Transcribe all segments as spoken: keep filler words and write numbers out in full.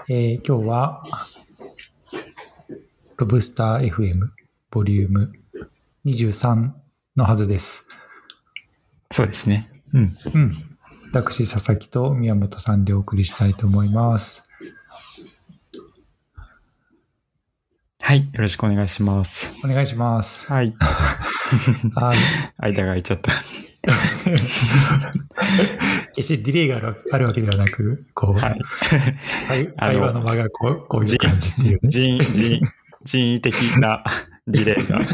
えー、今日はロブスター エフエム ボリュームにじゅうさんのはずです。 そうですね。うん。 うん。私、佐々木と宮本さんでお送りしたいと思います。 はい。よろしくお願いします。 お願いします。 はい。 はい。 間が空いちゃった。 決してディレイがあるあるわけではなく、こう、 はい。 会会話の間がこうこういう感じっていうね。 人人人為的なディレイが、はい、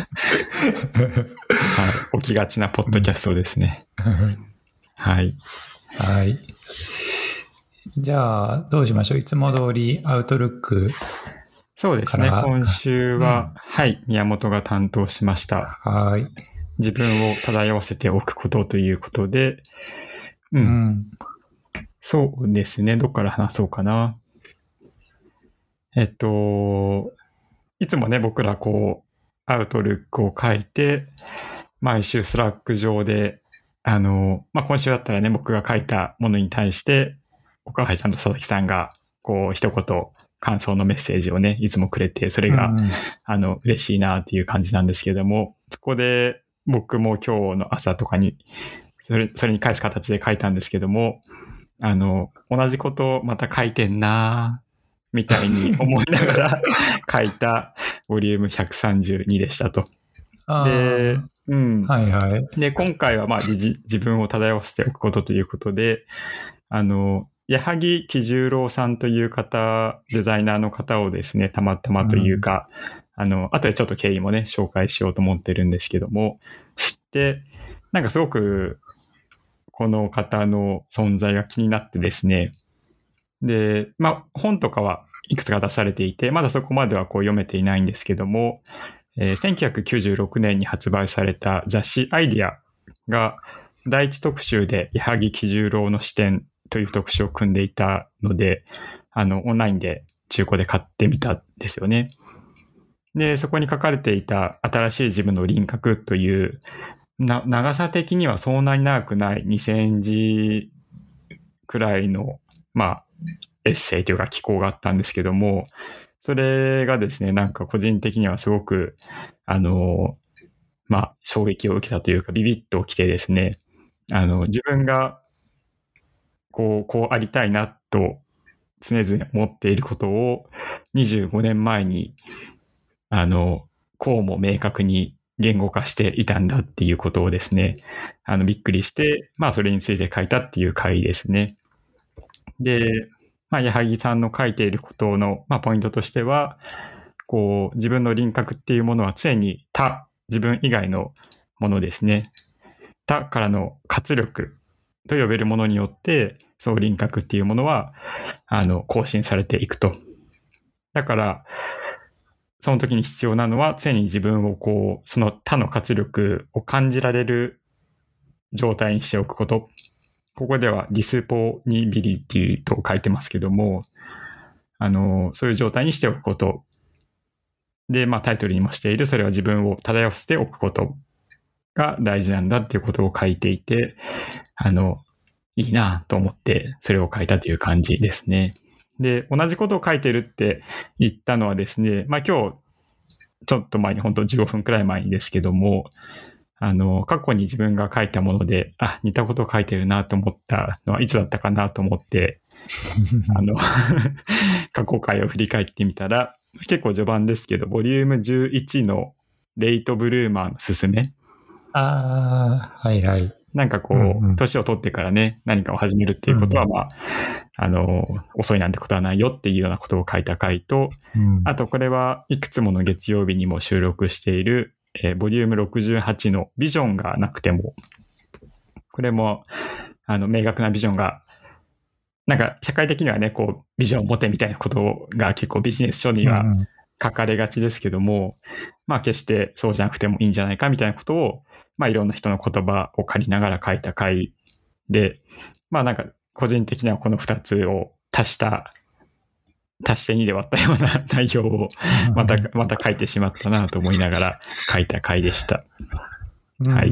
起きがちなポッドキャストですね。はい。 はい。じゃあ、どうしましょう。いつも通りアウトルック。 そうですね。今週は、うん、はい、宮本が担当しました。 はい。 自分を漂わせておくことということで、うん。うん、そうですね。どっから話そうかな。えっと、いつもね、僕らこう、アウトルックを書いて、毎週スラック上で、あの、まあ、今週だったらね、僕が書いたものに対して、岡橋さんと佐々木さんが、こう、一言、感想のメッセージをね、いつもくれて、それが、うん、あの、嬉しいなっていう感じなんですけれども、そこで、僕も今日の朝とかに、それ、それに返す形で書いたんですけども、あの、同じことまた書いてんなみたいに思いながら書いたボリュームひゃくさんじゅうにでしたと。で、うん。 はいはい。 で、今回はまあ自、自分を漂わせておくことということで、あの、矢作喜十郎さんという方、デザイナーの方をですね、たまたまというか、うん、あの、後でちょっと経緯もね、紹介しようと思ってるんですけども、知って、なんかすごく、この方の存在が気になってですね、で、まあ、本とかはいくつか出されていて、まだそこまではこう読めていないんですけども、えー、せんきゅうひゃくきゅうじゅうろくねんに発売された雑誌アイディアが第一特集で矢作喜十郎の視点という特集を組んでいたので、あの、オンラインで中古で買ってみたんですよね。で、そこに書かれていた新しい自分の輪郭という、な、長さ的にはそんなに長くないにせんじくらいの、まあ、エッセイというか寄稿があったんですけども、それがですね、なんか個人的にはすごく、あの、まあ、衝撃を受けたというか、ビビッときてですね、あの、自分が、こう、こうありたいなと常々思っていることをにじゅうごねんまえに、あの、こうも明確に言語化していたんだっていうことをですね、あの、びっくりして、まあ、それについて書いたっていう回ですね。で、まあ、矢作さんの書いていることの、まあ、ポイントとしては、こう、自分の輪郭っていうものは常に他、自分以外のものですね。他からの活力と呼べるものによって、そう輪郭っていうものは、あの、更新されていくと。だから、その時に必要なのは常に自分をこう、その他の活力を感じられる状態にしておくこと。ここではディスポニビリティと書いてますけども、あの、そういう状態にしておくこと。で、まあタイトルにもしている、それは自分を漂わせておくことが大事なんだっていうことを書いていて、あの、いいなと思ってそれを書いたという感じですね。で、同じことを書いてるって言ったのはですね、まあ今日、ちょっと前に、本当じゅうごふんくらい前にですけども、あの、過去に自分が書いたもので、あ、似たことを書いてるなと思ったのはいつだったかなと思って、あの、過去回を振り返ってみたら、結構序盤ですけど、ボリュームじゅういちのレイトブルーマーのすすめ。 ああ、はいはい。 なんかこう、うんうん、年を取ってからね、何かを始めるっていうことは、まあ、うん、あの、遅いなんてことはないよっていうようなことを書いた回と、うん、あとこれはいくつもの月曜日にも収録している、えー、ボリュームろくじゅうはちのビジョンがなくても、これも、あの、明確なビジョンが、なんか社会的にはね、こう、ビジョンを持てみたいなことが結構ビジネス書には書かれがちですけども、うん、まあ決してそうじゃなくてもいいんじゃないかみたいなことを、まあいろんな人の言葉を借りながら書いた回で、まあなんか個人的にはこの二つを足した、足してにで割ったような内容をまた、また書いてしまったなと思いながら書いた回でした。 うん、 はい。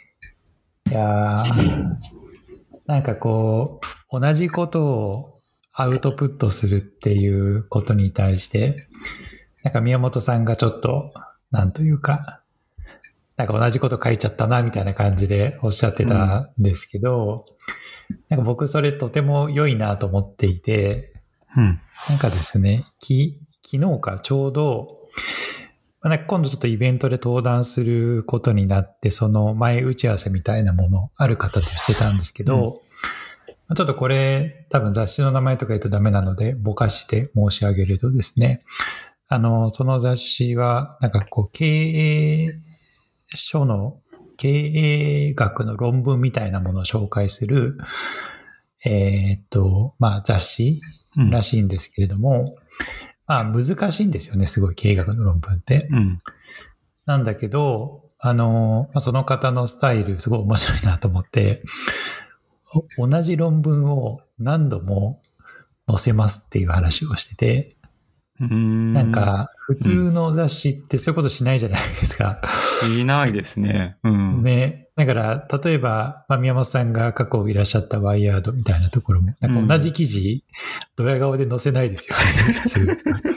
いやー、なんかこう、同じことをアウトプットするっていうことに対して、なんか宮本さんがちょっと、なんというか、なんか同じこと書いちゃったな、みたいな感じでおっしゃってたんですけど、うん、なんか僕それとても良いなと思っていて、 うん、 なんかですね、き昨日かちょうど、なんか今度ちょっとイベントで登壇することになって、その前打ち合わせみたいなものをある方としてたんですけど、うん、ちょっとこれ多分雑誌の名前とか言うとダメなので、ぼかして申し上げるとですね、あの、その雑誌は、なんかこう、経営書の、経営学の論文みたいなものを紹介する、えー、っと、まあ雑誌らしいんですけれども、うん、まあ難しいんですよね、すごい経営学の論文って。うん、なんだけど、あの、まあ、その方のスタイルすごい面白いなと思って、同じ論文を何度も載せますっていう話をしてて、 うんなんか、普通の雑誌ってそういうことしないじゃないですか。 しないですね。うん。 ね。だから、例えば、まあ、宮本さんが過去いらっしゃったワイヤードみたいなところも、なんか同じ記事、ドヤ顔で載せないですよね、普通。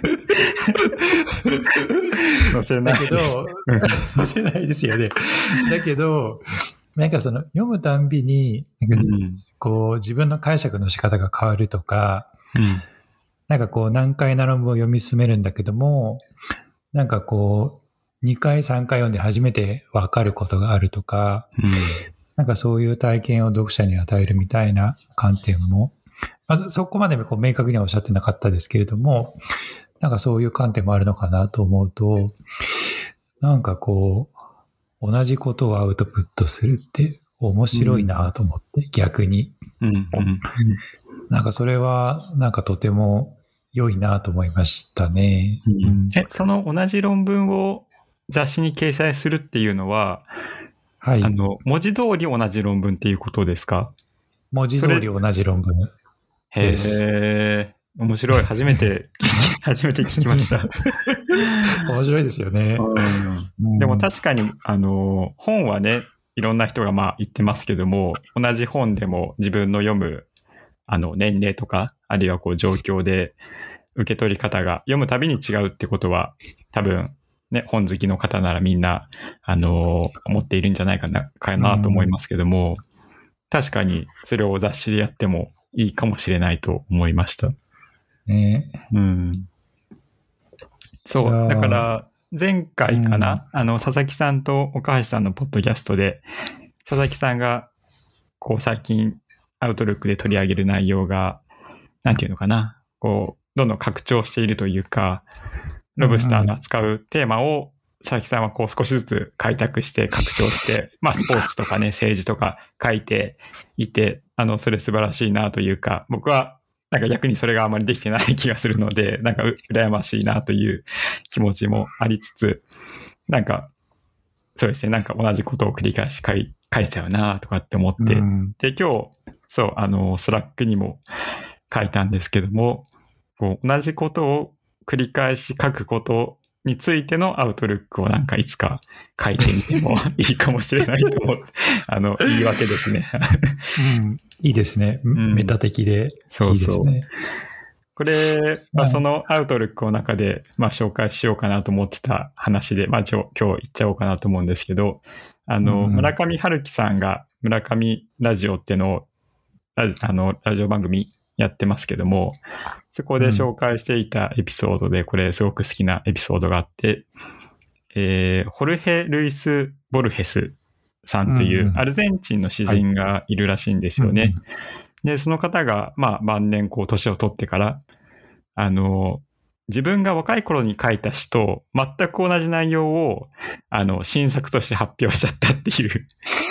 載せない。 だけど、載せないですよね。だけど、なんかその、読むたんびに、なんかこう、自分の解釈の仕方が変わるとか、 うんなんかこう難解な論文を読み進めるんだけども、なんかこうにかいさんかい読んで初めて分かることがあるとか、うん、なんかそういう体験を読者に与えるみたいな観点も、まずそこまでこう明確にはおっしゃってなかったですけれども、なんかそういう観点もあるのかなと思うと、なんかこう同じことをアウトプットするって面白いなと思って、うん、逆に。 うんうんなんかそれはなんかとても良いなと思いましたね。 うん、え、その同じ論文を雑誌に掲載するっていうのは、はい、あの文字通り同じ論文っていうことですか？ 文字通り同じ論文です。 へー、面白い。初めて初めて聞きました。 面白いですよね。 うん、でも確かにあの本はね、いろんな人がまあ言ってますけども、同じ本でも自分の読むあの年齢とか、あるいはこう状況で受け取り方が読むたびに違うってことは、多分ね、本好きの方ならみんな、あのー、思っているんじゃないかな、かなと思いますけども、確かにそれを雑誌でやってもいいかもしれないと思いました。 ね、 うん。そう、だから前回かな、うん、あの、佐々木さんと岡橋さんのポッドキャストで、佐々木さんがこう最近、アウトルックで取り上げる内容が、なんていうのかな、こう、どんどん拡張しているというか、ロブスターの扱うテーマを、佐々木さんはこう少しずつ開拓して拡張して、まあスポーツとかね、政治とか書いていて、あの、それ素晴らしいなというか、僕はなんか逆にそれがあまりできてない気がするので、なんか羨ましいなという気持ちもありつつ、なんか、そうですね、なんか同じことを繰り返し書い書いちゃうなとかって思って、うん、で、今日、そう、あの、スラックにも書いたんですけども、こう同じことを繰り返し書くことについてのアウトルックをなんかいつか書いてみてもいいかもしれないと思って、あの、言い訳ですね。 うん、いいですね。メタ的でいいですね。そうそう。 これ、まあ、そのアウトルックの中で、まあ、紹介しようかなと思ってた話で、まあ、今日言っちゃおうかなと思うんですけど、あの、うん、村上春樹さんが村上ラジオってのを、ラジ、あの、ラジオ番組やってますけども、そこで紹介していたエピソードで、これすごく好きなエピソードがあって、えー、ホルヘ・ルイス・ボルヘスさんというアルゼンチンの詩人がいるらしいんですよね。はいうんで、その方が、まあ、晩年、こう、年を取ってから、あの、自分が若い頃に書いた詩と全く同じ内容を、あの、新作として発表しちゃったっていう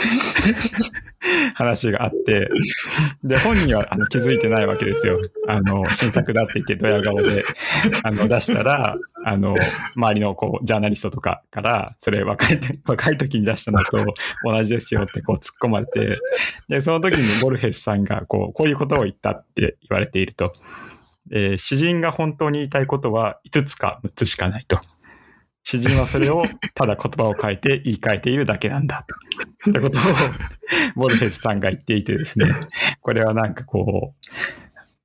話があって、で、本人はあの気づいてないわけですよ。あの、新作だって言ってドヤ顔で、あの、出したら、あの、周りのこう、ジャーナリストとかから、それ若い、若い時に出したのと同じですよってこう突っ込まれて、で、その時にボルヘスさんがこう、こういうことを言ったって言われていると。えー、詩人が本当に言いたいことはいつつかむっつしかないと。詩人はそれをただ言葉を変えて言い換えているだけなんだと。ってことをボルヘスさんが言っていてですね、これはなんかこう、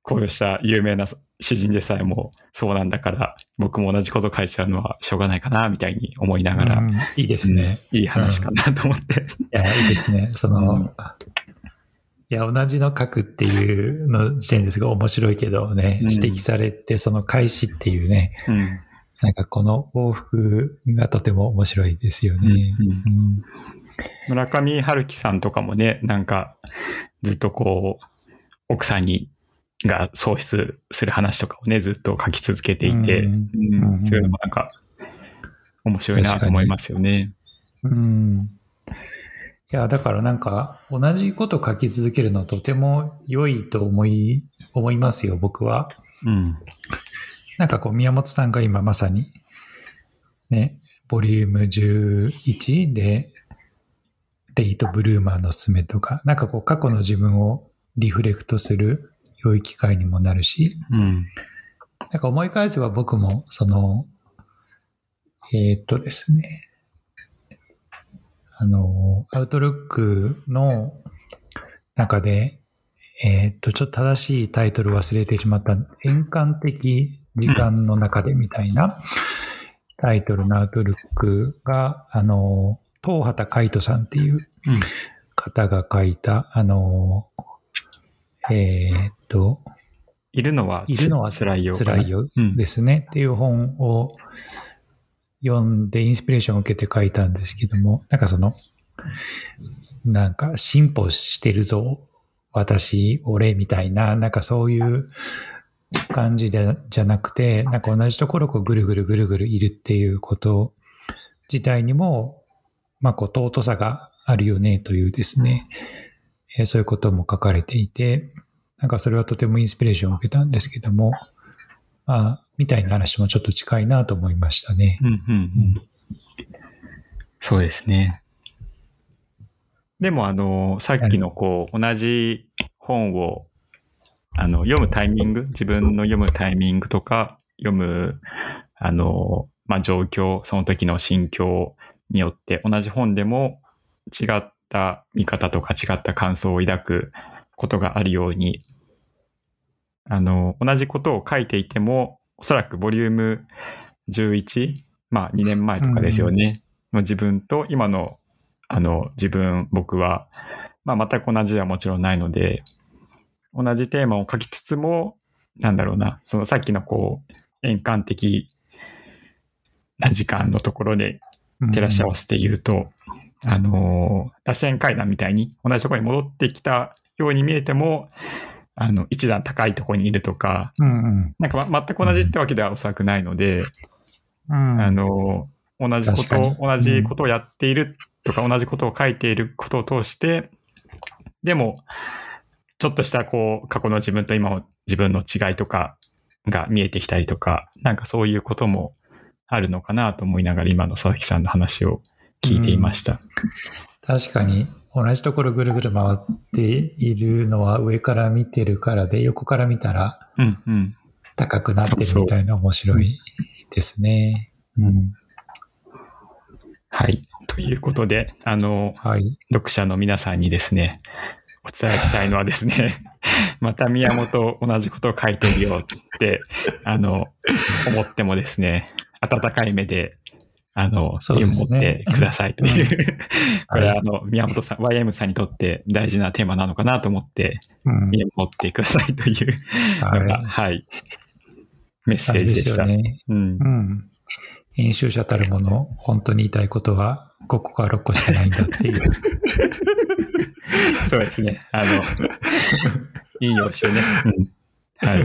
こうした有名な詩人でさえもそうなんだから、僕も同じこと書いちゃうのはしょうがないかな、みたいに思いながら。うん、 いいですね、 うん。いい話かなと思って。うん、いや、いいですね。その、うん、いや、同じの書くっていうの時点ですごい面白いけどね、うん、指摘されて、その開始っていうね、うん、なんかこの往復がとても面白いですよね。うんうん、 村上春樹さんとかもね、なんかずっとこう、奥さんにが喪失する話とかをね、ずっと書き続けていて、うんうん、そういうのもなんか面白いなと思いますよね。 うん、いや、だからなんか同じこと書き続けるのとても良いと思い、思いますよ、僕は。うん、なんかこう、宮本さんが今まさにね、ボリュームじゅういちで、レイト・ブルーマーのすすめとか、なんかこう過去の自分をリフレクトする良い機会にもなるし、うん、なんか思い返せば僕もその、えー、っとですね、あの、アウトルックの中で、えー、っと、ちょっと正しいタイトル忘れてしまった、円環的時間の中でみたいなタイトルのアウトルックが、あの、東畑海人さんっていう方が書いた、あの、えー、っと、 いるのは、いるのは辛いよ。 辛いよですね、うん、っていう本を読んでインスピレーションを受けて書いたんですけども、なんかその、なんか進歩してるぞ、私、俺みたいな、なんかそういう感じでじゃなくて、なんか同じところをぐるぐるぐるぐるいるっていうこと自体にも、まあこう尊さがあるよねというですね、えー、そういうことも書かれていて、なんかそれはとてもインスピレーションを受けたんですけども、まあ、みたいな話もちょっと近いなと思いましたね。うんうんうん、 そうですね。でもあの、さっきのこう、同じ本をあの読むタイミング、自分の読むタイミングとか、読む、あの、まあ、状況、その時の心境によって同じ本でも違った見方とか違った感想を抱くことがあるように、あの、同じことを書いていても、おそらくボリュームじゅういち、まあにねんまえとかですよね。うん、の自分と今の、あの、自分、僕は、まあ全く同じではもちろんないので、同じテーマを書きつつも、なんだろうな、そのさっきのこう、円環的な時間のところで照らし合わせて言うと、うん、あの、螺旋階段みたいに同じところに戻ってきたように見えても、あの、一段高いところにいるとか、うんうん、なんか、ま、全く同じってわけではおそらくないので、うん、あの、同じことを、同じことをやっているとか、うん、同じことを書いていることを通して、でも、ちょっとしたこう、過去の自分と今の自分の違いとかが見えてきたりとか、なんかそういうこともあるのかなと思いながら今の佐々木さんの話を聞いていました。うん、 確かに同じところぐるぐる回っているのは上から見てるからで、横から見たら高くなってるみたいな面白いですね。うん、 はい。ということで、あの、はい、読者の皆さんにですね、お伝えしたいのはですね、また宮本同じことを書いてるよって、あの、思ってもですね、温かい目で、あの、見守ってくださいという、うん、これはあの、宮本さん、ワイエム さんにとって大事なテーマなのかなと思って、見守ってくださいというのが、うん、はい、メッセージでした。ね、 うんうん。編集者たるもの、本当に言いたいことはごこかろっこしかないんだっていう。 そうですね。あの、引用してね。うん、はい。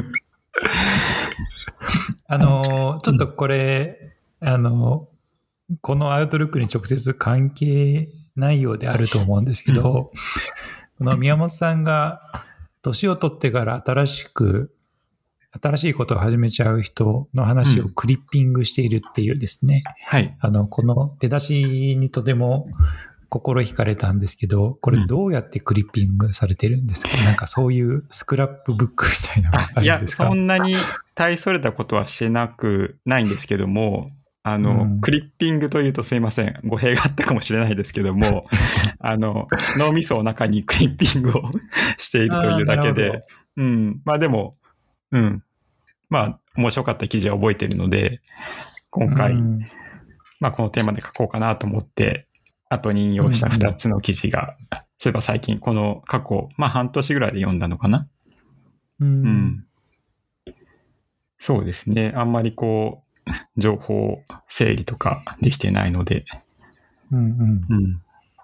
あの、ちょっとこれ、うん、あの、このアウトルックに直接関係ないようであると思うんですけど、うん、この宮本さんが年を取ってから新しく、新しいことを始めちゃう人の話をクリッピングしているっていうですね。うん、はい。あの、この出だしにとても心惹かれたんですけど、これどうやってクリッピングされてるんですか？うん、なんかそういうスクラップブックみたいなのがあるんですか？ いや、そんなに大それたことはしてなくないんですけども、あの、うん、クリッピングというとすいません。語弊があったかもしれないですけども、あの、脳みその中にクリッピングをしているというだけで、 うん。まあでも、うん。まあ、面白かった記事は覚えてるので、今回、 うん、 まあこのテーマで書こうかなと思って、後に引用したふたつの記事が、うん、そういえば最近この過去、まあ半年ぐらいで読んだのかな。 うん。 うん。そうですね。あんまりこう、情報整理とかできてないので。 うんうん。 うん。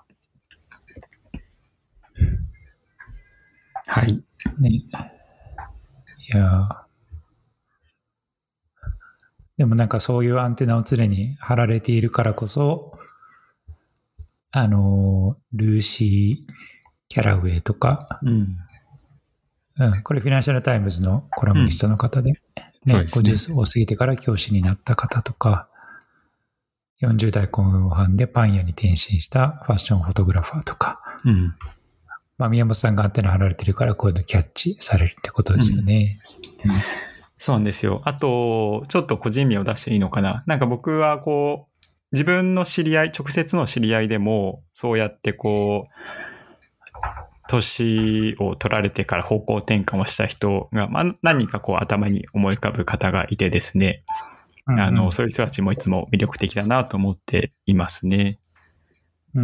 はい。 ね。いやでもなんかそういうアンテナを常に張られているからこそ、あの、ルーシー・キャラウェイとか、 うん。 うん、これフィナンシャルタイムズのコラムニストの方で、うん、ね、ねごじゅっを過ぎてから教師になった方とか、よんじゅう代後半でパン屋に転身したファッションフォトグラファーとか、 うん、 まあ宮本さんがアンテナ張られてるからこういうのキャッチされるってことですよね。 うんうん、そうなんですよ。あと、ちょっと個人名を出していいのかな。なんか僕はこう、自分の知り合い、直接の知り合いでも、そうやってこう、年を取られてから方向転換をした人が、まあ、何人かこう頭に思い浮かぶ方がいてですね、うんうん、あの、そういう人たちもいつも魅力的だなと思っていますね。 うん、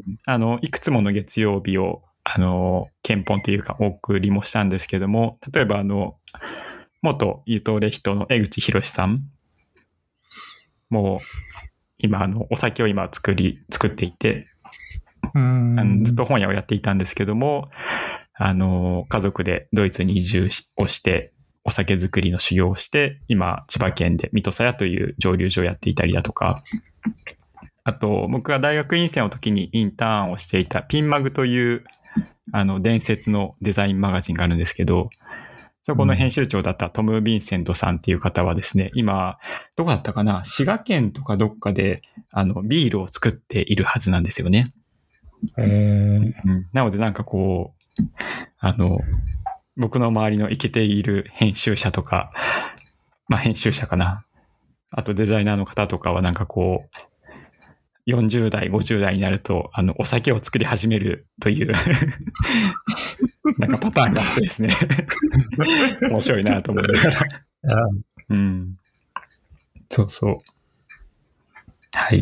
あの、いくつもの月曜日を、あの、検本というかお送りもしたんですけども、例えばあの、元ユトレヒトの江口博さんもう、今あの、お酒を今作り、作っていて、 うん、 あのずっと本屋をやっていたんですけども、あの、家族でドイツに移住をして、お酒作りの修行をして、今、千葉県で水戸茶屋という蒸留所をやっていたりだとか、あと、僕が大学院生の時にインターンをしていたピンマグという、あの、伝説のデザインマガジンがあるんですけど、そこの編集長だったトム・ヴィンセントさんっていう方はですね、今、どこだったかな、滋賀県とかどっかで、あの、ビールを作っているはずなんですよね。 えーうん、なのでなんかこう、あの、僕の周りのイケている編集者とか、まあ編集者かな。あとデザイナーの方とかはなんかこう、よんじゅう代、ごじゅう代になると、あの、お酒を作り始めるというなんかパターンがあってですね面白いなと思いながらうん。そうそう。はい。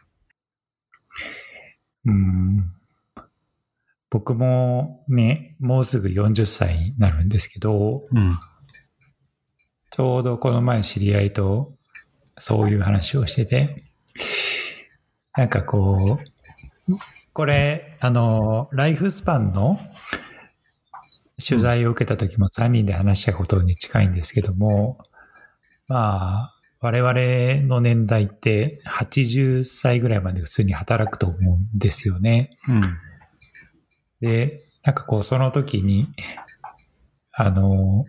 うん。僕もね、もうすぐよんじゅっさいになるんですけど、 うん、 ちょうどこの前知り合いとそういう話をしてて、なんかこう、これ、あの、ライフスパンの取材を受けた時もさんにんで話したことに近いんですけども、まあ、我々の年代ってはちじゅっさいぐらいまで普通に働くと思うんですよね。 うん、 で、なんかこう、その時に、あの、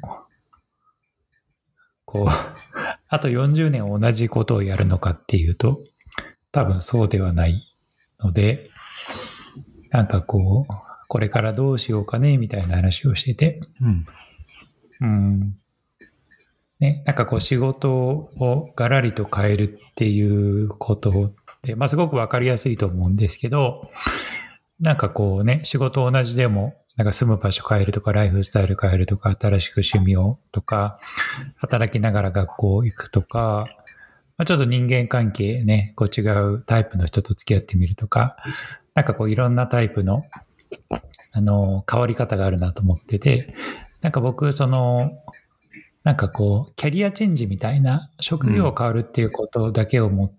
こう、あとよんじゅうねん同じことをやるのかっていうと、多分そうではないので、なんかこう、これからどうしようかね、みたいな話をしてて、 うん。 うんね、なんかこう仕事をガラリと変えるっていうことって、まあすごくわかりやすいと思うんですけど、なんかこうね、仕事同じでも、なんか住む場所変えるとか、ライフスタイル変えるとか、新しく趣味をとか、働きながら学校行くとか、まあ、ちょっと人間関係ね、こう違うタイプの人と付き合ってみるとか、なんかこういろんなタイプの、あの、変わり方があるなと思ってて、なんか僕、その、なんかこう、キャリアチェンジみたいな、職業を変わるっていうことだけをもって、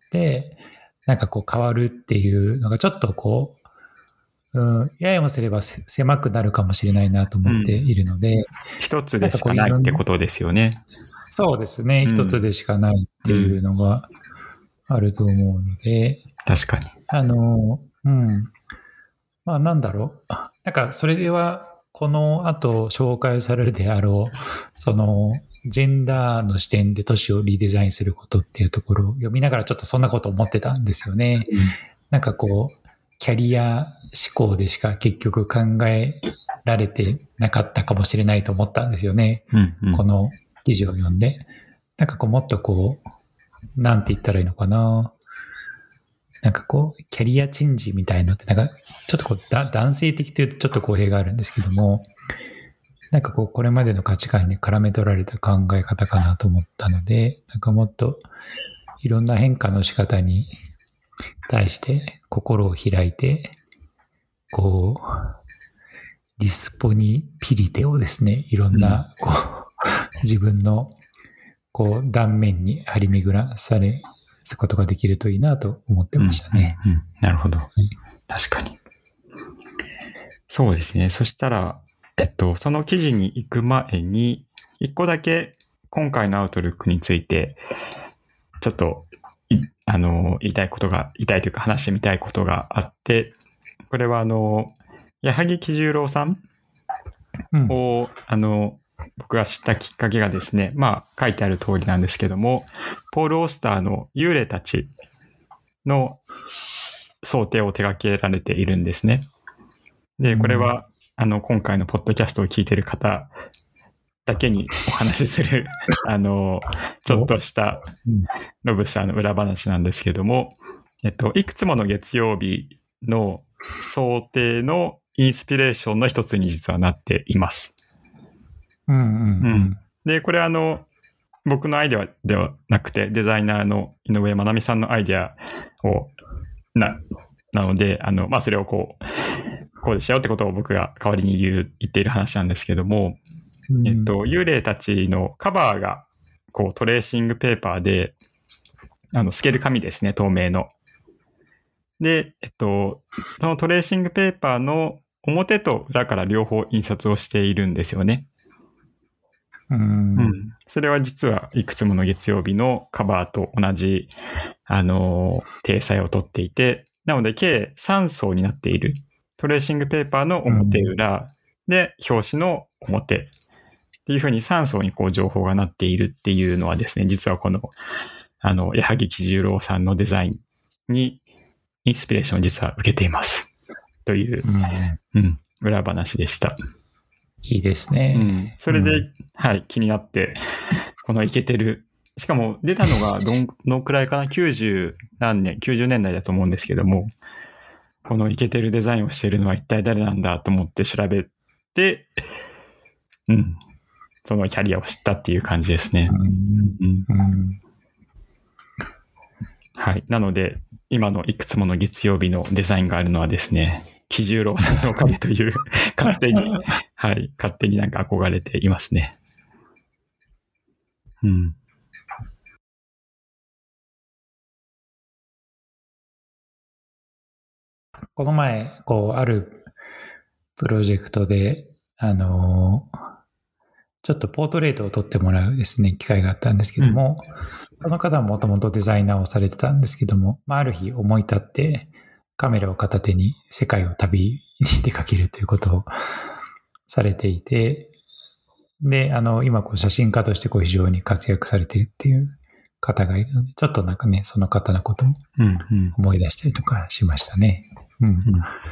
うん、なんかこう変わるっていうのがちょっとこう、うん、ややもすれば狭くなるかもしれないなと思っているので、うん、 一つでしかないってことですよね。 そうですね、一つでしかないっていうのがあると思うので、 うん、確かに。 あの、うん。まあなんだろう。なんかそれでは、この後紹介されるであろう、その、ジェンダーの視点で都市をリデザインすることっていうところを読みながらちょっとそんなこと思ってたんですよね。うん、なんかこう、キャリア思考でしか結局考えられてなかったかもしれないと思ったんですよね。 うんうん、 この記事を読んで。なんかこうもっとこう、なんて言ったらいいのかな。なんかこう、キャリアチェンジみたいのって、なんかちょっとこうだ男性的というとちょっと語弊があるんですけども、 なんかこう、これまでの価値観に絡め取られた考え方かなと思ったので、なんかもっといろんな変化の仕方に対して心を開いて、こう、ディスポニピリテをですね、いろんな、こう、自分の、こう、断面に張り巡らされすことができるといいなと思ってましたね。 うんうんうん、なるほど、はい。確かに。そうですね。そしたら、えっと、その記事に行く前に、一個だけ今回のアウトルックについて、ちょっと、あの、言いたいことが、言いたいというか話してみたいことがあって、これはあの、矢作喜十郎さんを、うん、あの、僕が知ったきっかけがですね、まあ書いてある通りなんですけども、ポール・オースターの幽霊たちの想定を手掛けられているんですね。で、これは、うん、あの、今回のポッドキャストを聞いている方だけにお話しする、あの、ちょっとしたロブスターの裏話なんですけども、えっと、いくつもの月曜日の想定のインスピレーションの一つに実はなっています。 うんうんうんうん、 で、これはあの、僕のアイデアではなくて、デザイナーの井上まなみさんのアイデアを、な、なので、あの、まあ、それをこう、こうでしたよってことを僕が代わりに言う、言っている話なんですけども、うん、えっと、幽霊たちのカバーが、こう、トレーシングペーパーで、あの、透ける紙ですね、透明の。で、えっと、そのトレーシングペーパーの表と裏から両方印刷をしているんですよね。 うん、うん。 それは実はいくつもの月曜日のカバーと同じ、あの、体裁をとっていて、なので計さん層になっている。トレーシングペーパーの表裏、うん、で、表紙の表。っていうふうにさん層にこう情報がなっているっていうのはですね、実はこの、あの、矢作喜十郎さんのデザインにインスピレーションを実は受けています。という、うん、うん、裏話でした。 いいですね。 うん、それで、うん、はい、気になって、このイケてる、しかも出たのがどのくらいかな、きゅうじゅう何年、きゅうじゅうねんだいだと思うんですけども、このイケてるデザインをしているのは一体誰なんだと思って調べて、うん、そのキャリアを知ったっていう感じですね。うんうん、はい。なので、今のいくつもの月曜日のデザインがあるのはですね、喜十郎さんのおかげという勝手にはい、勝手になんか憧れていますね。うん。 この前、こう、あるプロジェクトで、あのー、ちょっとポートレートを撮ってもらうですね、機会があったんですけども、うん、その方はもともとデザイナーをされてたんですけども、まあ、ある日思い立ってカメラを片手に世界を旅に出かけるということをされていて、で、あの、今こう写真家としてこう非常に活躍されているっていう方がいるので、ちょっとなんかね、その方のことを思い出したりとかしましたね。うんうん、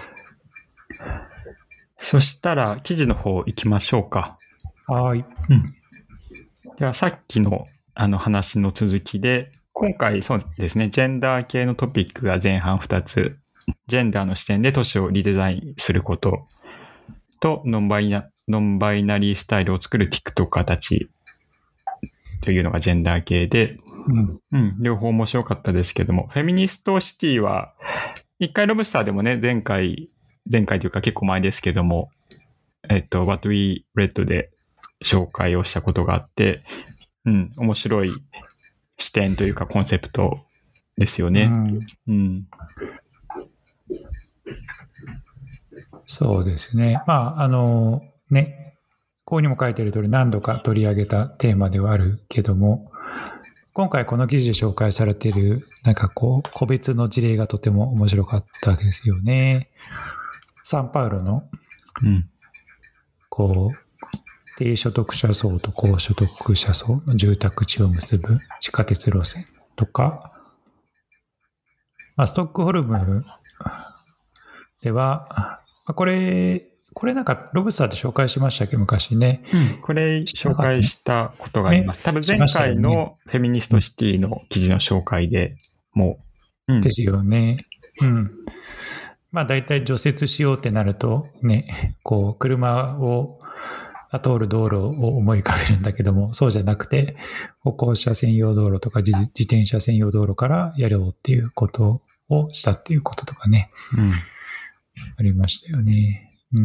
そしたら記事の方行きましょうか。 はい。 うん。ではさっきのあの話の続きで、今回そうですね、ジェンダー系のトピックが前半ふたつ、ジェンダーの視点で都市をリデザインすることとノンバイナ、ノンバイナリースタイルを作る TikToker たちというのがジェンダー系で、うんうん、両方面白かったですけども、フェミニストシティは一回ロブスターでもね、前回、前回というか結構前ですけども、えっと、What We Read で紹介をしたことがあって、うん、面白い視点というかコンセプトですよね。うん。うん、 そうですね。まあ、あの、ね、ここにも書いてある通り何度か取り上げたテーマではあるけども、今回この記事で紹介されている、なんかこう、個別の事例がとても面白かったですよね。サンパウロの、うん、こう、低所得者層と高所得者層の住宅地を結ぶ地下鉄路線とか、まあ、ストックホルムでは、これ、これなんかロブスターで紹介しましたっけ、昔ね。 うん、これ紹介したことがあります。ね、多分前回のフェミニストシティの記事の紹介でもう、うん。ですよね。うん。まあ大体除雪しようってなるとね、こう車をが通る道路を思い浮かべるんだけども、そうじゃなくて、歩行者専用道路とか自自転車専用道路からやろうっていうことをしたっていうこととかね、 うん、 ありましたよね。うん。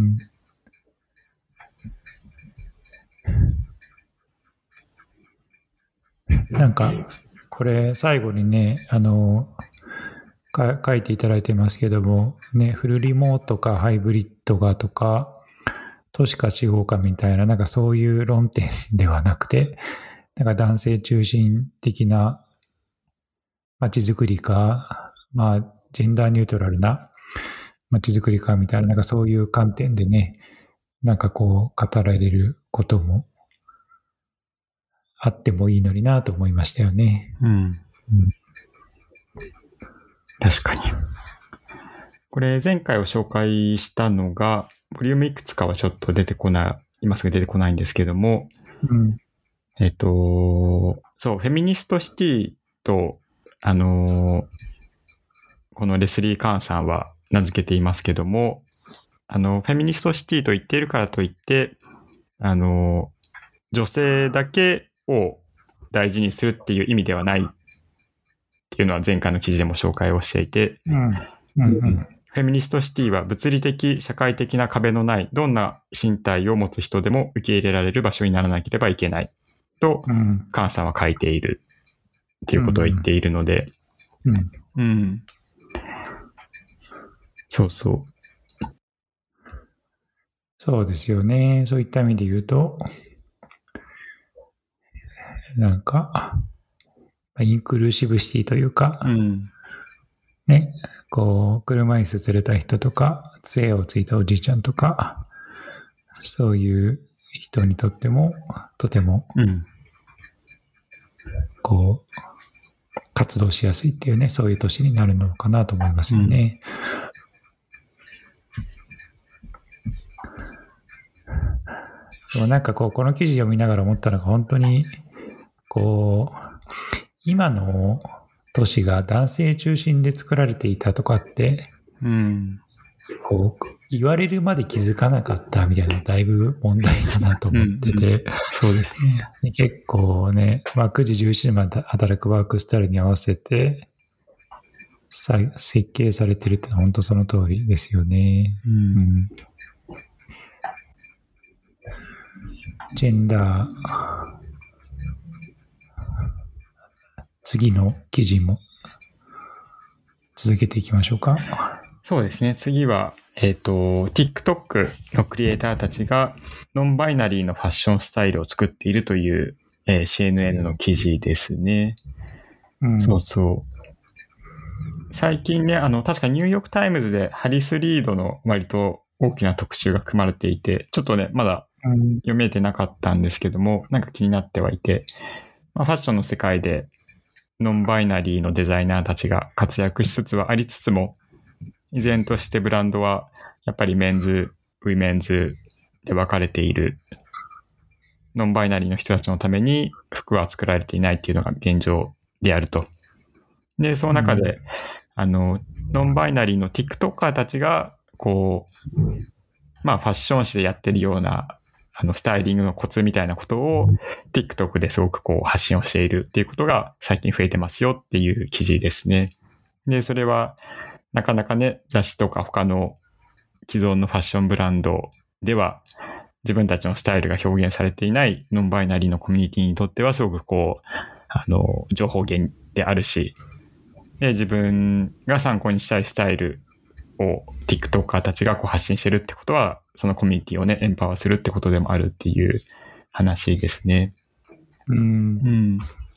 なんか、これ最後にね、あの、か書いていただいてますけども、ね、フルリモートかハイブリッドかとか、都市か地方かみたいな、なんかそういう論点ではなくて、なんか男性中心的な街づくりか、まあ、ジェンダーニュートラルな街づくりかみたいな、なんかそういう観点でね、なんかこう語られることもあってもいいのになと思いましたよね。 うん。うん、確かに。これ前回を紹介したのが、ボリュームいくつかはちょっと出てこない、今すぐ出てこないんですけども、 うん、 えっと、そう、フェミニストシティと、あのー、このレスリー・カーンさんは名付けていますけども、あの、フェミニストシティと言っているからといって、あの、女性だけを大事にするっていう意味ではないっていうのは前回の記事でも紹介をしていて、 うんうんうん、 フェミニストシティは物理的、社会的な壁のないどんな身体を持つ人でも受け入れられる場所にならなければいけないと、うん、カーンさんは書いているっていうことを言っているので、 うんうんうん、そうそう。 そうですよね。そういった意味で言うと、なんか、インクルーシブシティというか、 うん、 ね、こう、車椅子連れた人とか、杖をついたおじいちゃんとか、そういう人にとっても、とても、 うん、 こう、活動しやすいっていうね、そういう年になるのかなと思いますよね。うん、でもなんかこう、この記事読みながら思ったのが、本当に、こう、今の都市が男性中心で作られていたとかって、 うん、 こう言われるまで気づかなかったみたいなだいぶ問題だなと思ってて、うんうん、 そうですね。 結構ね、まあ、くじじゅうしちじまで働くワークスタイルに合わせてさ設計されてるって本当その通りですよね。うんうん、ジェンダー次の記事も続けていきましょうか。 そうですね。次は、えっと、TikTok のクリエイターたちがノンバイナリーのファッションスタイルを作っているという、えー、シーエヌエヌ の記事ですね。うん、そうそう。最近ね、あの、確かニューヨークタイムズでハリス・リードの割と大きな特集が組まれていて、ちょっとね、まだ読めてなかったんですけども、なんか気になってはいて、まあ、ファッションの世界でノンバイナリーのデザイナーたちが活躍しつつはありつつも、依然としてブランドはやっぱりメンズ、ウィメンズで分かれている。ノンバイナリーの人たちのために服は作られていないっていうのが現状であると。で、その中で、うん、あの、ノンバイナリーの TikToker たちが、こう、まあファッション誌でやってるような、あの、スタイリングのコツみたいなことを TikTok ですごくこう発信をしているっていうことが最近増えてますよっていう記事ですね。で、それは、なかなかね、雑誌とか他の既存のファッションブランドでは自分たちのスタイルが表現されていないノンバイナリーのコミュニティにとってはすごくこう、あの、情報源であるし、で、自分が参考にしたいスタイルを TikToker たちがこう発信してるってことは、そのコミュニティをね、エンパワーするってことでもあるっていう話ですね。 うん。うん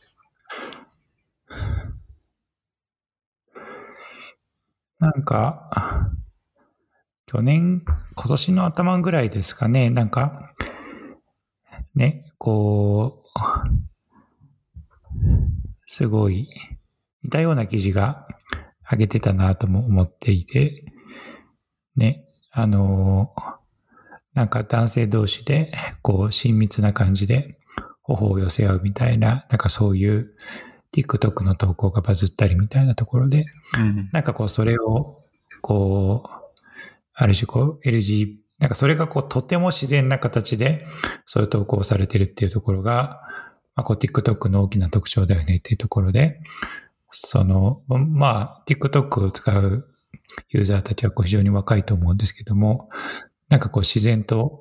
なんか、去年、今年の頭ぐらいですかね、なんか、ね、こう、すごい似たような記事が上げてたなとも思っていて、ね、あの、なんか男性同士で、こう、親密な感じで、頬を寄せ合うみたいな、なんかそういう、TikTok の投稿がバズったりみたいなところで、うん、なんかこうそれをこうある種こう エルジーなんかそれがこうとても自然な形でそういう投稿されてるっていうところが、まあ、こう TikTok の大きな特徴だよねっていうところで、その、まあ TikTok を使うユーザーたちはこう非常に若いと思うんですけども、なんかこう自然と、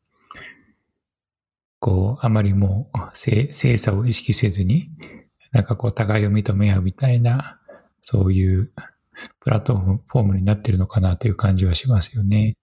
こうあまりもう精査を意識せずに、なんかこう互いを認め合うみたいな、そういうプラットフォームになってるのかなという感じはしますよね。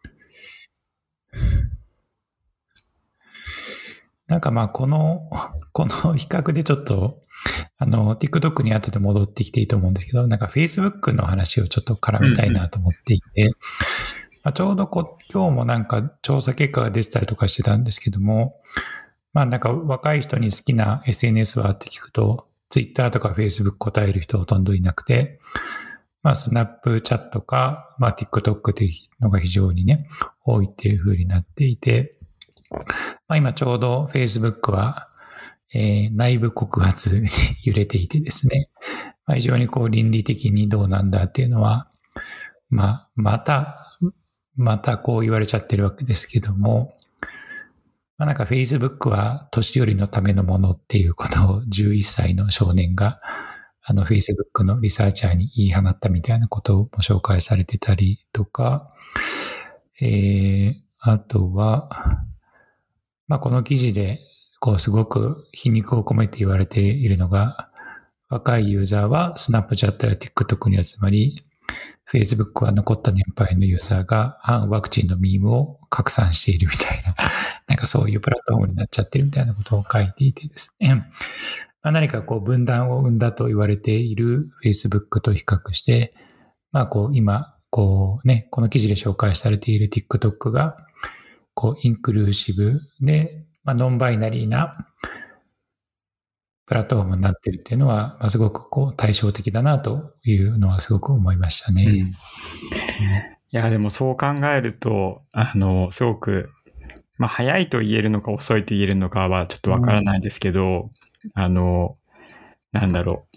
なんかまあこの、この比較でちょっと、あの、TikTok に後で戻ってきていいと思うんですけど、なんか Facebook の話をちょっと絡めたいなと思っていて、うんうん、まあ、ちょうどこう今日もなんか調査結果が出てたりとかしてたんですけども、まあなんか若い人に好きな エスエヌエス はって聞くと、Twitter とか Facebook 答える人ほとんどいなくて、まあ、スナップチャットか、まあ、TikTok というのが非常にね、多いっていう風になっていて、まあ、今ちょうど Facebook は、えー、内部告発に揺れていてですね、まあ、非常にこう倫理的にどうなんだっていうのは、まあ、また、またこう言われちゃってるわけですけども、まあ、なんか Facebook は年寄りのためのものっていうことをじゅういっさいの少年があの Facebook のリサーチャーに言い放ったみたいなことを紹介されてたりとか、えー、あとは、まあ、この記事でこうすごく皮肉を込めて言われているのが、若いユーザーはスナップチャットや TikTok に集まり、Facebook は残った年配のユーザーが反ワクチンのミームを拡散しているみたいな、なんかそういうプラットフォームになっちゃってるみたいなことを書いていてですね。まあ、何かこう分断を生んだと言われている Facebook と比較して、まあこう今、こうね、この記事で紹介されている TikTok が、こうインクルーシブで、まあノンバイナリーなプラットフォームになっているっていうのは、まあ、すごくこう対照的だなというのはすごく思いましたね。うん、いや、でもそう考えると、あの、すごく、まあ早いと言えるのか遅いと言えるのかはちょっとわからないですけど、うんあの、なんだろ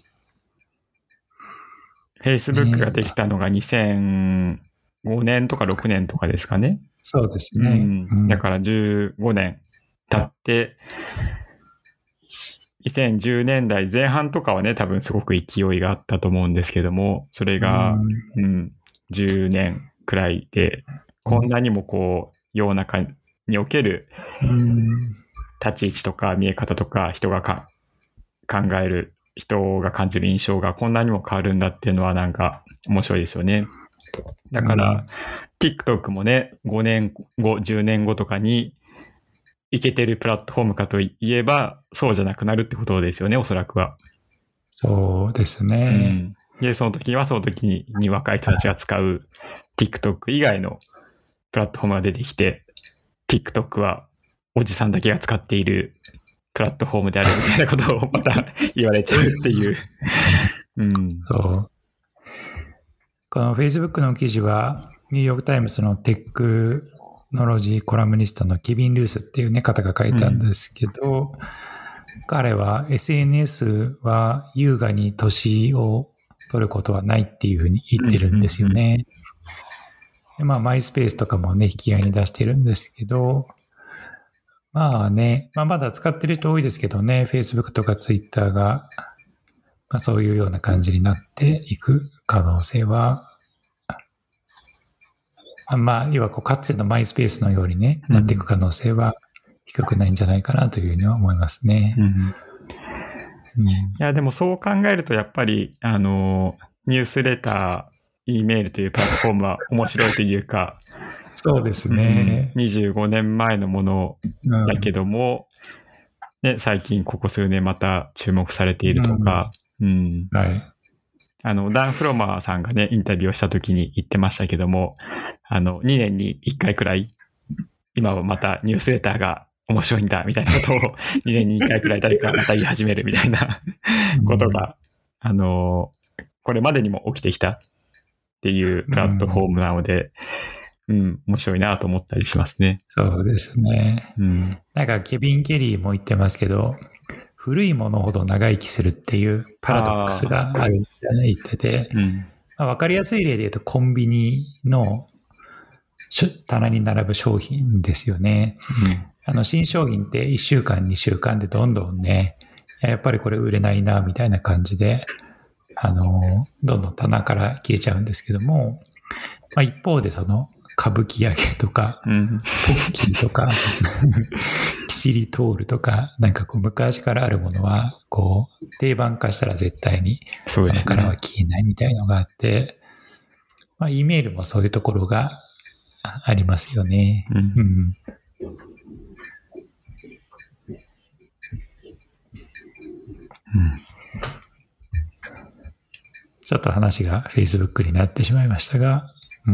う。Facebook ができたのがにせんごねんとかろくねんとかですかね。 そうですね。 うん、だからじゅうごねん経って、にせんじゅうねんだいぜん半とかはね、多分すごく勢いがあったと思うんですけども、それが、うん、うん、じゅうねんくらいで、こんなにもこう、世の中における立ち位置とか見え方とか人がか考える人が感じる印象がこんなにも変わるんだっていうのはなんか面白いですよね。だから、うん、TikTok もね、ごねんご、じゅうねんごとかにいけてるプラットフォームかといえば、そうじゃなくなるってことですよね、おそらくは。 そうですね。 うん、で、その時にはその時にに若い人たちが使う TikTok 以外のプラットフォームが出てきて、TikTok はおじさんだけが使っているプラットフォームであるみたいなことをまた言われちゃうっていう。うん、 そう。この Facebook の記事は、ニューヨークタイムズのテックノロジーコラムニストのケビン・ルースっていうね、方が書いたんですけど、うん、彼は エスエヌエス は優雅に年を取ることはないっていうふうに言ってるんですよね。うんうんうん、でまあ、マイスペースとかもね、引き合いに出してるんですけど、まあね、まあ、まだ使ってる人多いですけどね、Facebook とか Twitter が、まあ、そういうような感じになっていく可能性は、まあ、要はこうかつてのマイスペースのようにね、なっていく可能性は低くないんじゃないかなというふうには思いますね。うんうん、いや、でもそう考えるとやっぱり、あの、ニュースレター、E メールというプラットフォームは面白いというか、 そうですね、 うん。にじゅうごねんまえのものだけども、うんね、最近ここ数年また注目されているとか、うんうん、はい。あの、ダン・フロマーさんがね、インタビューをした時に言ってましたけども、あの、にねんにいっかいくらい、今はまたニュースレターが面白いんだ、みたいなことをにねんにいっかいくらい誰かまた言い始めるみたいなことが、うん、あの、これまでにも起きてきたっていうプラットフォームなので、うん、うん、面白いなと思ったりしますね。 そうですね。うん、なんかケビン・ケリーも言ってますけど、古いものほど長生きするっていうパラドックスがあるって言ってて、うんまあ、分かりやすい例で言うとコンビニの棚に並ぶ商品ですよね。うん、あの新商品っていっしゅうかんにしゅうかんでどんどんね、やっぱりこれ売れないなみたいな感じで、あのどんどん棚から消えちゃうんですけども、まあ、一方でその歌舞伎揚げとか、うん、ポッキーとかキシリトールとか、なんかこう昔からあるものはこう定番化したら絶対に棚からは消えないみたいなのがあって、まあ、E メールもそういうところがありますよね。うんうん、ちょっと話が Facebook になってしまいましたが、うん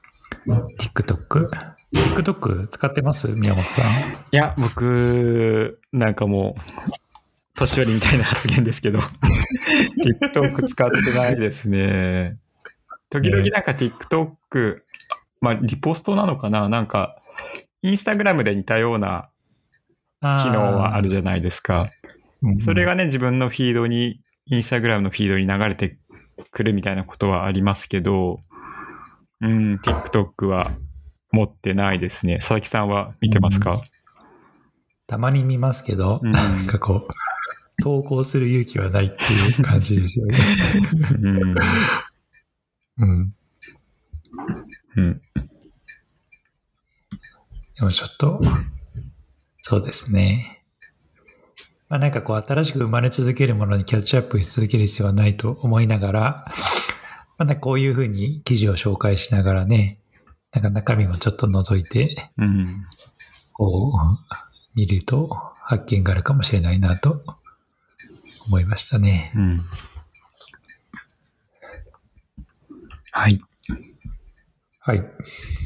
、TikTok。TikTok 使ってます？宮本さん。 いや、僕、なんかもう、年寄りみたいな発言ですけど、TikTok 使ってないですね。時々なんか TikTok、まあ、リポストなのかな？なんか、インスタグラムで似たような機能はあるじゃないですか。それがね、自分のフィードに、インスタグラムのフィードに流れてくるみたいなことはありますけど、うん、TikTok は持ってないですね。佐々木さんは見てますか？うん、 たまに見ますけど、うん、なんかこう、投稿する勇気はないっていう感じですよね。うん。うん。うん。でもちょっと、そうですね。まあなんかこう新しく生まれ続けるものにキャッチアップし続ける必要はないと思いながら、まだこういうふうに記事を紹介しながらね、なんか中身もちょっと覗いて、うん、こう見ると発見があるかもしれないなと思いましたね。うん、 はい。 はい。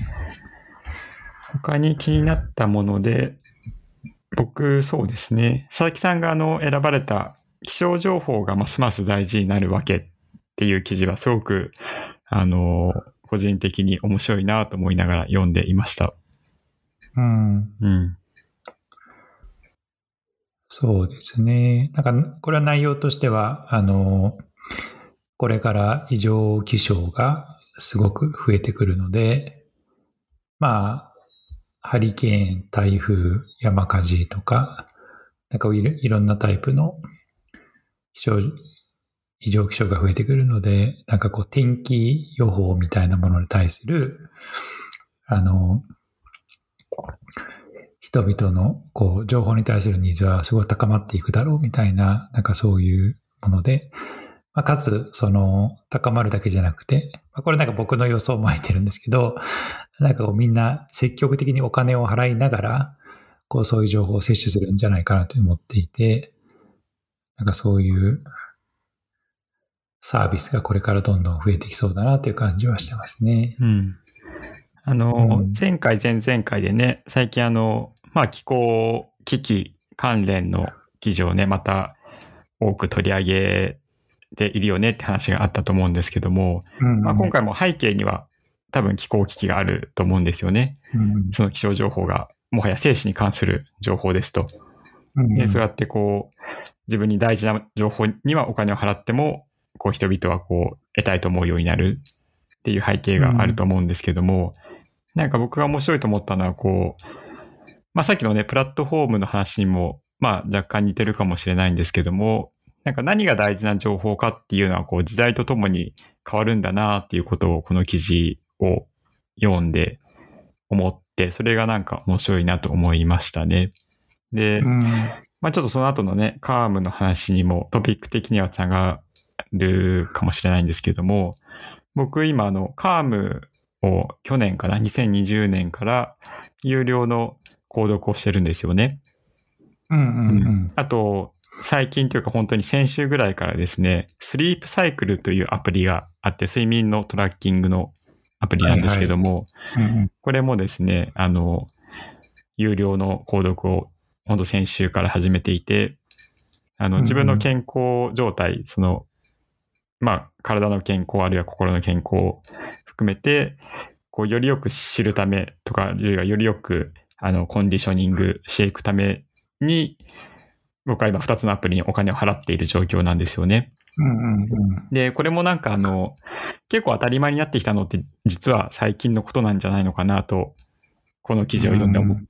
他に気になったもので、僕そうですね、佐々木さんがあの選ばれた気象情報がますます大事になるわけっていう記事はすごくあの個人的に面白いなと思いながら読んでいました。 うん。うん。そうですね。なんかこれは内容としてはあのこれから異常気象がすごく増えてくるので、まあハリケーン、台風、山火事とか、なんかいろ、いろんなタイプの気象、異常気象が増えてくるので、なんかこう天気予報みたいなものに対する、あの、人々のこう情報に対するニーズはすごい高まっていくだろうみたいな、なんかそういうもので、まあ、かつ、その、高まるだけじゃなくて、まあ、これなんか僕の予想も入ってるんですけど、なんかこうみんな積極的にお金を払いながら、こうそういう情報を摂取するんじゃないかなと思っていて、なんかそういうサービスがこれからどんどん増えてきそうだなという感じはしてますね。 うん。あの、うん、前回前々回でね、最近あの、まあ気候危機関連の記事をね、また多く取り上げているよねって話があったと思うんですけども、うんうん、まあ、今回も背景には多分気候危機があると思うんですよね。うん、その気象情報がもはや生死に関する情報ですと。うんうん、でそうやってこう自分に大事な情報にはお金を払ってもこう人々はこう得たいと思うようになるっていう背景があると思うんですけども、うん、なんか僕が面白いと思ったのはこう、まあ、さっきのねプラットフォームの話にもまあ若干似てるかもしれないんですけども、なんか何が大事な情報かっていうのはこう時代とともに変わるんだなっていうことをこの記事を読んで思って、それがなんか面白いなと思いましたね。で、うん、まあちょっとその後のね、カームの話にもトピック的にはつながるかもしれないんですけども、僕今あのカームを去年かな、にせんにじゅうねんから有料の購読をしてるんですよね。 うんうんうんうん、 あと、最近というか本当に先週ぐらいからですね、スリープサイクルというアプリがあって、睡眠のトラッキングのアプリなんですけども、はいはいうんうん、これもですね、あの、有料の購読を本当先週から始めていて、あの、自分の健康状態、うんうん、その、まあ、体の健康あるいは心の健康を含めて、こう、よりよく知るためとか、よりよく、あの、コンディショニングしていくために、僕は今ふたつのアプリにお金を払っている状況なんですよね。 うんうんうん。 で、これもなんかあの、結構当たり前になってきたのって実は最近のことなんじゃないのかなと、この記事を読んで思って、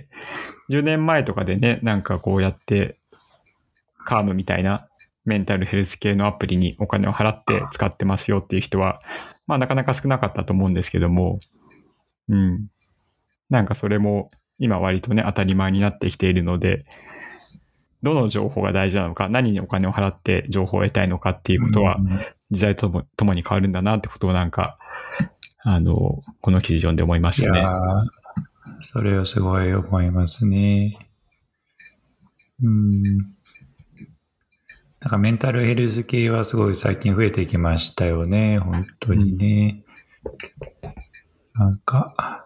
じゅうねんまえとかでね、なんかこうやって、カームみたいなメンタルヘルス系のアプリにお金を払って使ってますよっていう人は、まあなかなか少なかったと思うんですけども、うん。なんかそれも今割とね、当たり前になってきているので、どの情報が大事なのか、何にお金を払って情報を得たいのかっていうことは、時代ともともに変わるんだなってことをなんか、あの、この記事読んで思いましたね。いやそれをすごい思いますね。うん。なんかメンタルヘルス系はすごい最近増えてきましたよね。本当にね。うん、なんか、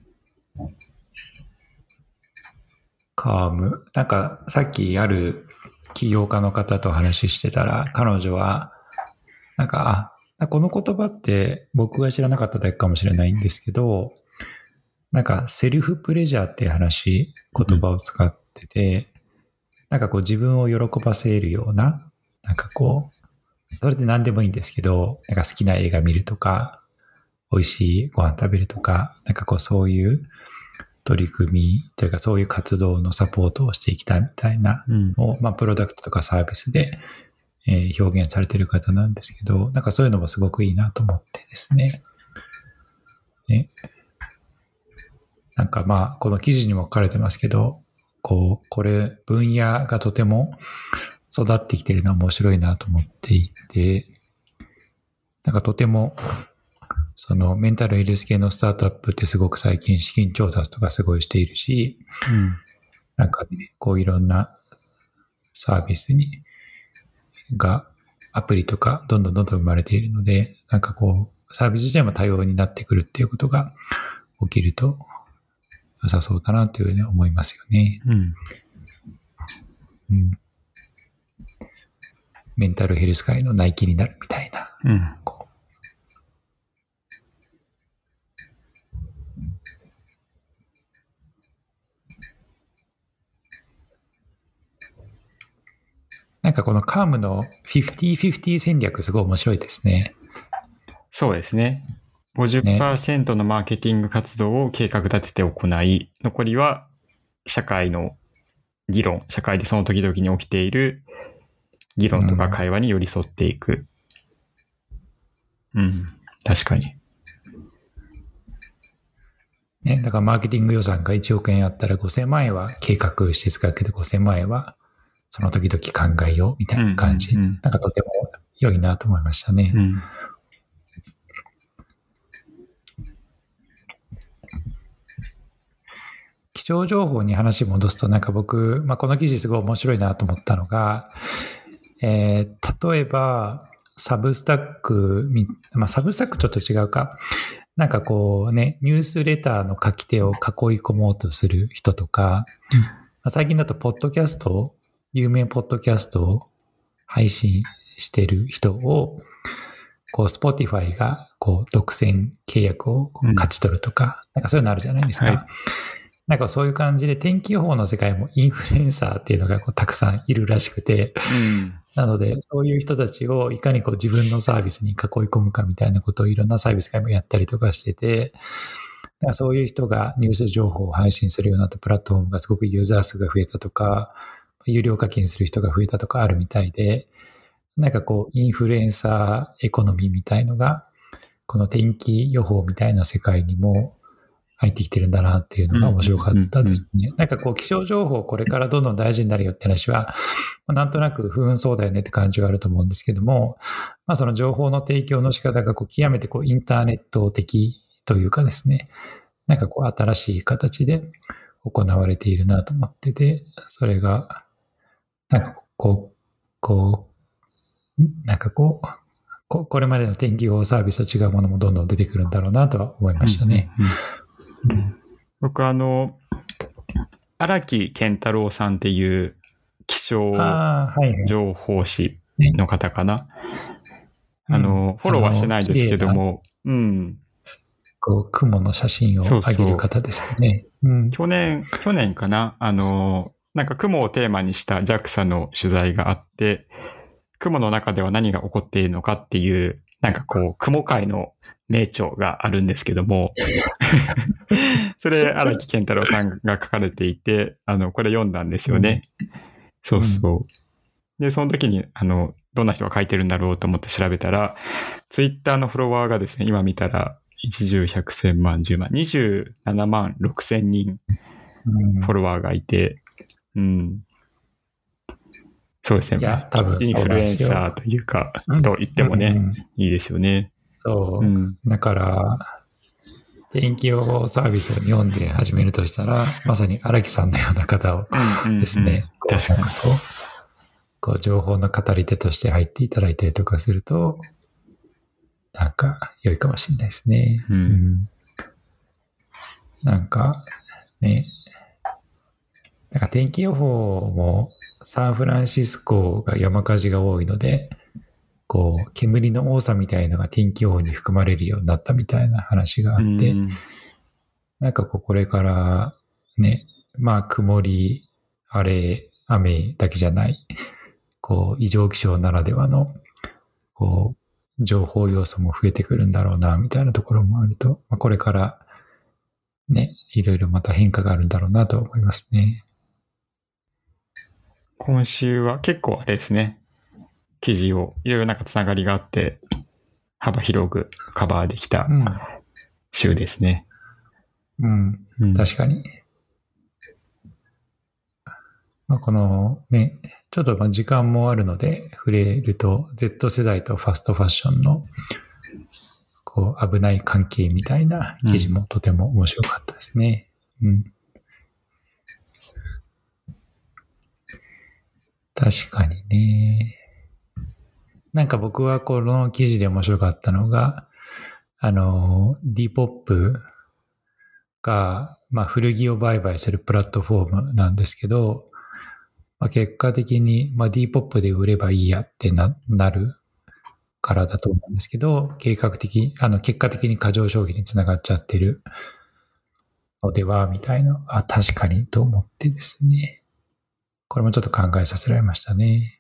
カーム。なんかさっきある起業家の方と話してたら、彼女は、なんか、あ、この言葉って僕が知らなかっただけかもしれないんですけど、なんかセルフプレジャーって話、言葉を使ってて、うん、なんかこう自分を喜ばせるような、なんかこう、それで何でもいいんですけど、なんか好きな映画見るとか、美味しいご飯食べるとか、なんかこうそういう取り組みというかそういう活動のサポートをしていきたいみたいなのを、うん、まあプロダクトとかサービスで、えー、表現されている方なんですけど、なんかそういうのもすごくいいなと思ってですね。ね、なんかまあこの記事にも書かれてますけど、こうこれ分野がとても育ってきているのは面白いなと思っていて、なんかとてもそのメンタルヘルス系のスタートアップってすごく最近資金調達とかすごいしているし、うん、なんかね、こういろんなサービスにがアプリとかどんどんどんどん生まれているので、なんかこうサービス自体も多様になってくるっていうことが起きると良さそうだなというふうに思いますよね。うんうん、メンタルヘルス界のナイキになるみたいな。うんなんかこのカームのフィフティーフィフティー 戦略すごい面白いですね。 そうですね。ごじゅっパーセント のマーケティング活動を計画立てて行い、ね、残りは社会の議論、社会でその時々に起きている議論とか会話に寄り添っていく。うん、うん、確かに。 ね、だからマーケティング予算がいちおくえんあったらごせんまんえんは計画して使うけどごせんまんえんはその時々考えようみたいな感じ、うんうんうん、なんかとても良いなと思いましたね。うん、気象情報に話戻すと、なんか僕、まあ、この記事すごい面白いなと思ったのが、えー、例えばサブスタック、まあ、サブスタックちょっと違うか、なんかこうね、ニュースレターの書き手を囲い込もうとする人とか、うんまあ、最近だとポッドキャスト、有名ポッドキャストを配信してる人を、こう、Spotify が、こう、独占契約を勝ち取るとか、うん、なんかそういうのあるじゃないですか。はい、なんかそういう感じで、天気予報の世界もインフルエンサーっていうのがこうたくさんいるらしくて、うん、なので、そういう人たちをいかにこう自分のサービスに囲い込むかみたいなことをいろんなサービス会もやったりとかしてて、だからそういう人がニュース情報を配信するようになったプラットフォームがすごくユーザー数が増えたとか、有料課金する人が増えたとかあるみたいで、なんかこうインフルエンサーエコノミーみたいのがこの天気予報みたいな世界にも入ってきてるんだなっていうのが面白かったですね。うんうんうんうん、なんかこう気象情報これからどんどん大事になるよって話はなんとなく不運そうだよねって感じはあると思うんですけども、まあその情報の提供の仕方がこう極めてこうインターネット的というかですね、なんかこう新しい形で行われているなと思ってて、それがなんかこう、こう、なんかこう、こ, これまでの天気予報サービスと違うものもどんどん出てくるんだろうなとは思いましたね。 うんうんうん、僕あの、荒木健太郎さんっていう気象情報誌の方かな。あ, はいはいね、あの、フォローはしてないですけども、うん。 こう雲の写真を上げる方ですよね。 そうそう、うん、去年、去年かな、あの、なんか雲をテーマにした ジャクサ の取材があって、 雲の中では何が起こっているのかっていう、なんかこう、雲界の名著があるんですけども、それ、荒木健太郎さんが書かれていて、あの、これ読んだんですよね。うん、そうそう。で、その時に、あの、どんな人が書いてるんだろうと思って調べたら、ツイッターのフォロワーがですね、今見たら、いち、じゅう、ひゃく、せんまん、じゅうまん、にじゅうななまんろくせんにんフォロワーがいて、うん。そうですね。 いや、多分インフルエンサーというか、と言ってもね、うんうん、いいですよね。 そう。うん、だから、天気予報サービスを日本で始めるとしたら、まさに荒木さんのような方をですね、うんうんうん、 確かに。 こう情報の語り手として入っていただいたりとかすると、なんか良いかもしれないですね。 うんうん、 なんかね、なんか天気予報もサンフランシスコが山火事が多いので、こう煙の多さみたいのが天気予報に含まれるようになったみたいな話があって、うん、なんかこうこれからね、まあ曇り、晴れ、雨だけじゃない、こう異常気象ならではのこう情報要素も増えてくるんだろうなみたいなところもあると、まあ、これからね、いろいろまた変化があるんだろうなと思いますね。 今週は結構あれですね、記事をいろいろなんかつながりがあって幅広くカバーできた週ですね。 うん、うん、確かに。まあ、このね、ちょっとまあ時間もあるので触れると Z 世代とファストファッションのこう危ない関係みたいな記事もとても面白かったですね。うん、うん確かにね。なんか僕はこの記事で面白かったのが、あの、ディーポップ が、まあ、古着を売買するプラットフォームなんですけど、まあ、結果的に、まあ、ディーポップ で売ればいいやって な, なるからだと思うんですけど、計画的、あの、結果的に過剰消費につながっちゃってるのでは、みたいな、あ、確かにと思ってですね。これもちょっと考えさせられましたね。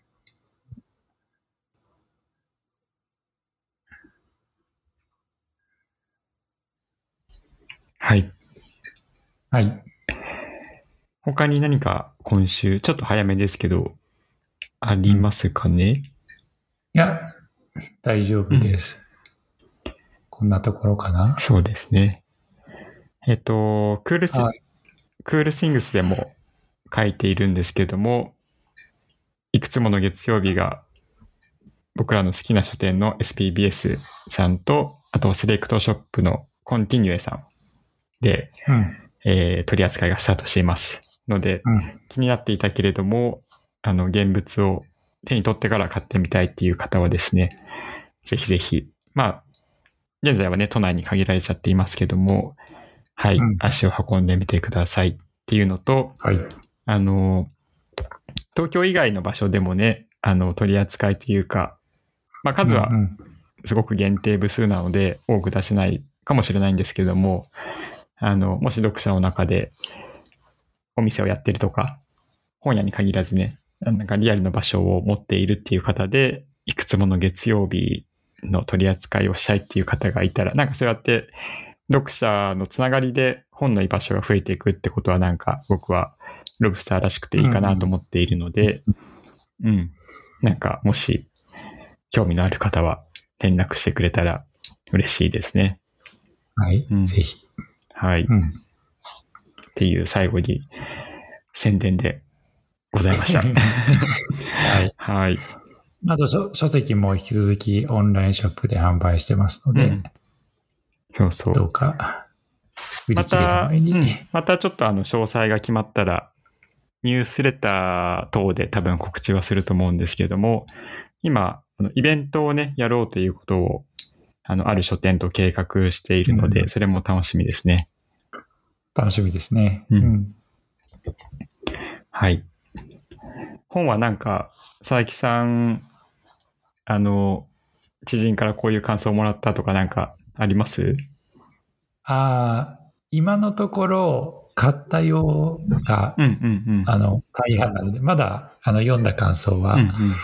はい。 はい。 他に何か今週、ちょっと早めですけど、ありますかね、うん、いや、大丈夫です、うん。こんなところかな。 そうですね。えっと、クールス、クールシングスでも書いているんですけども、いくつもの月曜日が僕らの好きな書店の エスピービーエス さんと、あとセレクトショップのコンティニュエさんで、うんえー、取り扱いがスタートしていますので、うん、気になっていたけれども、あの、現物を手に取ってから買ってみたいっていう方はですね、ぜひぜひ、まあ、現在はね、都内に限られちゃっていますけども、はい、うん、足を運んでみてくださいっていうのと、 はい、 あの、東京以外の場所でもね、あの、取り扱いというか、まあ、数はすごく限定部数なので多く出せないかもしれないんですけども、あの、もし読者の中でお店をやってるとか、本屋に限らずね、なんかリアルの場所を持っているっていう方で、いくつもの月曜日の取り扱いをしたいっていう方がいたら、なんかそうやって読者のつながりで本の居場所が増えていくってことはなんか僕はロブスターらしくていいかなと思っているので、うん、うん、なんかもし興味のある方は連絡してくれたら嬉しいですね。 はい、うん、ぜひ。 はい、うん。っていう最後に宣伝でございました。 はい。 はい。 あと書、書籍も引き続きオンラインショップで販売してますので、うん、 そうそう。 どうか売り切れる前に。 また、うん、またちょっとあの詳細が決まったら、ニュースレター等で多分告知はすると思うんですけれども、今、あのイベントをね、やろうということを、あの、ある書店と計画しているので、うん、それも楽しみですね。 楽しみですね。 うん。うん、はい。本はなんか、佐々木さん、あの、知人からこういう感想をもらったとかなんかあります？ ああ、今のところ、買ったようが、 うんうんうん、 あの、大半なので、まだ、あの、読んだ感想は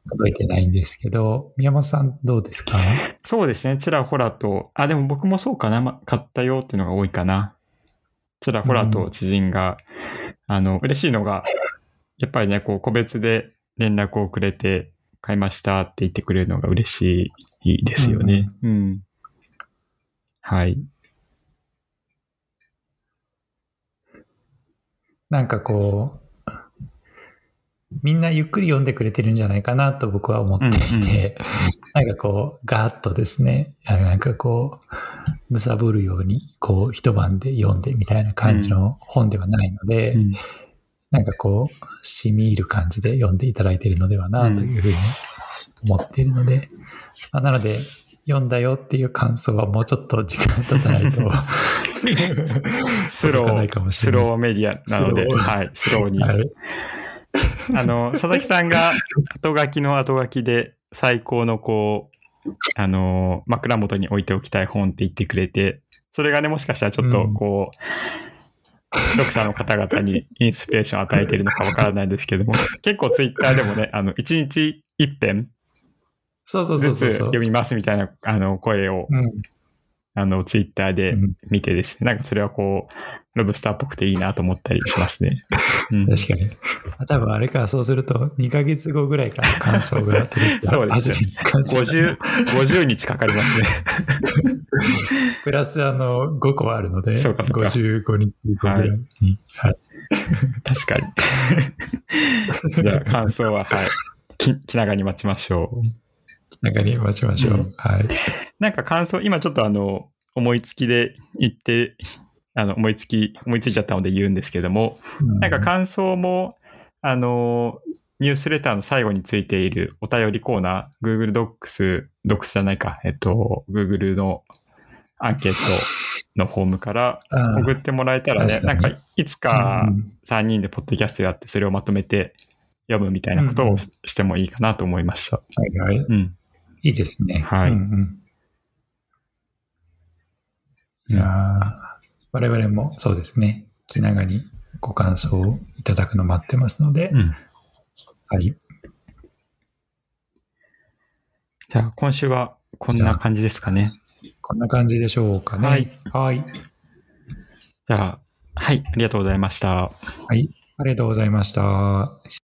届いてないんですけど、宮本さんどうですか？ そうですね。ちらほらと、あ、でも僕もそうかな。ま、買ったよっていうのが多いかな。ちらほらと知人が、うん、あの、嬉しいのが、やっぱりね、こう、個別で連絡をくれて、買いましたって言ってくれるのが嬉しいですよね。うん、うん。はい。 なんかこう、みんなゆっくり読んでくれてるんじゃないかなと僕は思っていて、うんうん、なんかこう、ガーッとですね、なんかこう、むさぶるように、こう、一晩で読んでみたいな感じの本ではないので、うん、なんかこう、染み入る感じで読んでいただいているのではなというふうに思っているので、うんまあ、なので、読んだよっていう感想はもうちょっと時間経たないとスロー、スローメディアなので、はい、スローに。はい、あの、佐々木さんが後書きの後書きで最高のこう、あの、枕元に置いておきたい本って言ってくれて、それがね、もしかしたらちょっとこう、うん、読者の方々にインスピレーションを与えているのかわからないですけども、結構ツイッターでもね、あの、一日一編ずつ読みますみたいなあの声を、うん、あの、ツイッターで見てですね、うん、なんかそれはこう、ロブスターっぽくていいなと思ったりしますね。 うん、確かに。多分あれか、そうするとにかげつごぐらいから感想が出てそうですね。ごじゅう、ごじゅうにちかかりますね。 プラスあのごこあるので、そうかそうかごじゅうごにちごぐらいに。はいはい、 確かに。じゃあ感想は、はい。き気長に待ちましょう。 気長に待ちましょう。うん、はい。 なんか感想、今ちょっとあの、思いつきで言って、あの、思いつき、思いついちゃったので言うんですけども、うん、なんか感想も、あの、ニュースレターの最後についているお便りコーナー、Google Docs、Docs じゃないか、えっと、Google のアンケートのフォームから送ってもらえたらね、なんかいつかさんにんでポッドキャストやってそれをまとめて読むみたいなことをしてもいいかなと思いました。 はいはい。うん、いいですね。 はい。うんうん、いやー、我々もそうですね。気長にご感想をいただくの待ってますので、うん、はい。 じゃあ今週はこんな感じですかね。 こんな感じでしょうかね。はい。はい。 じゃあ、はい、ありがとうございました。 はい、ありがとうございました。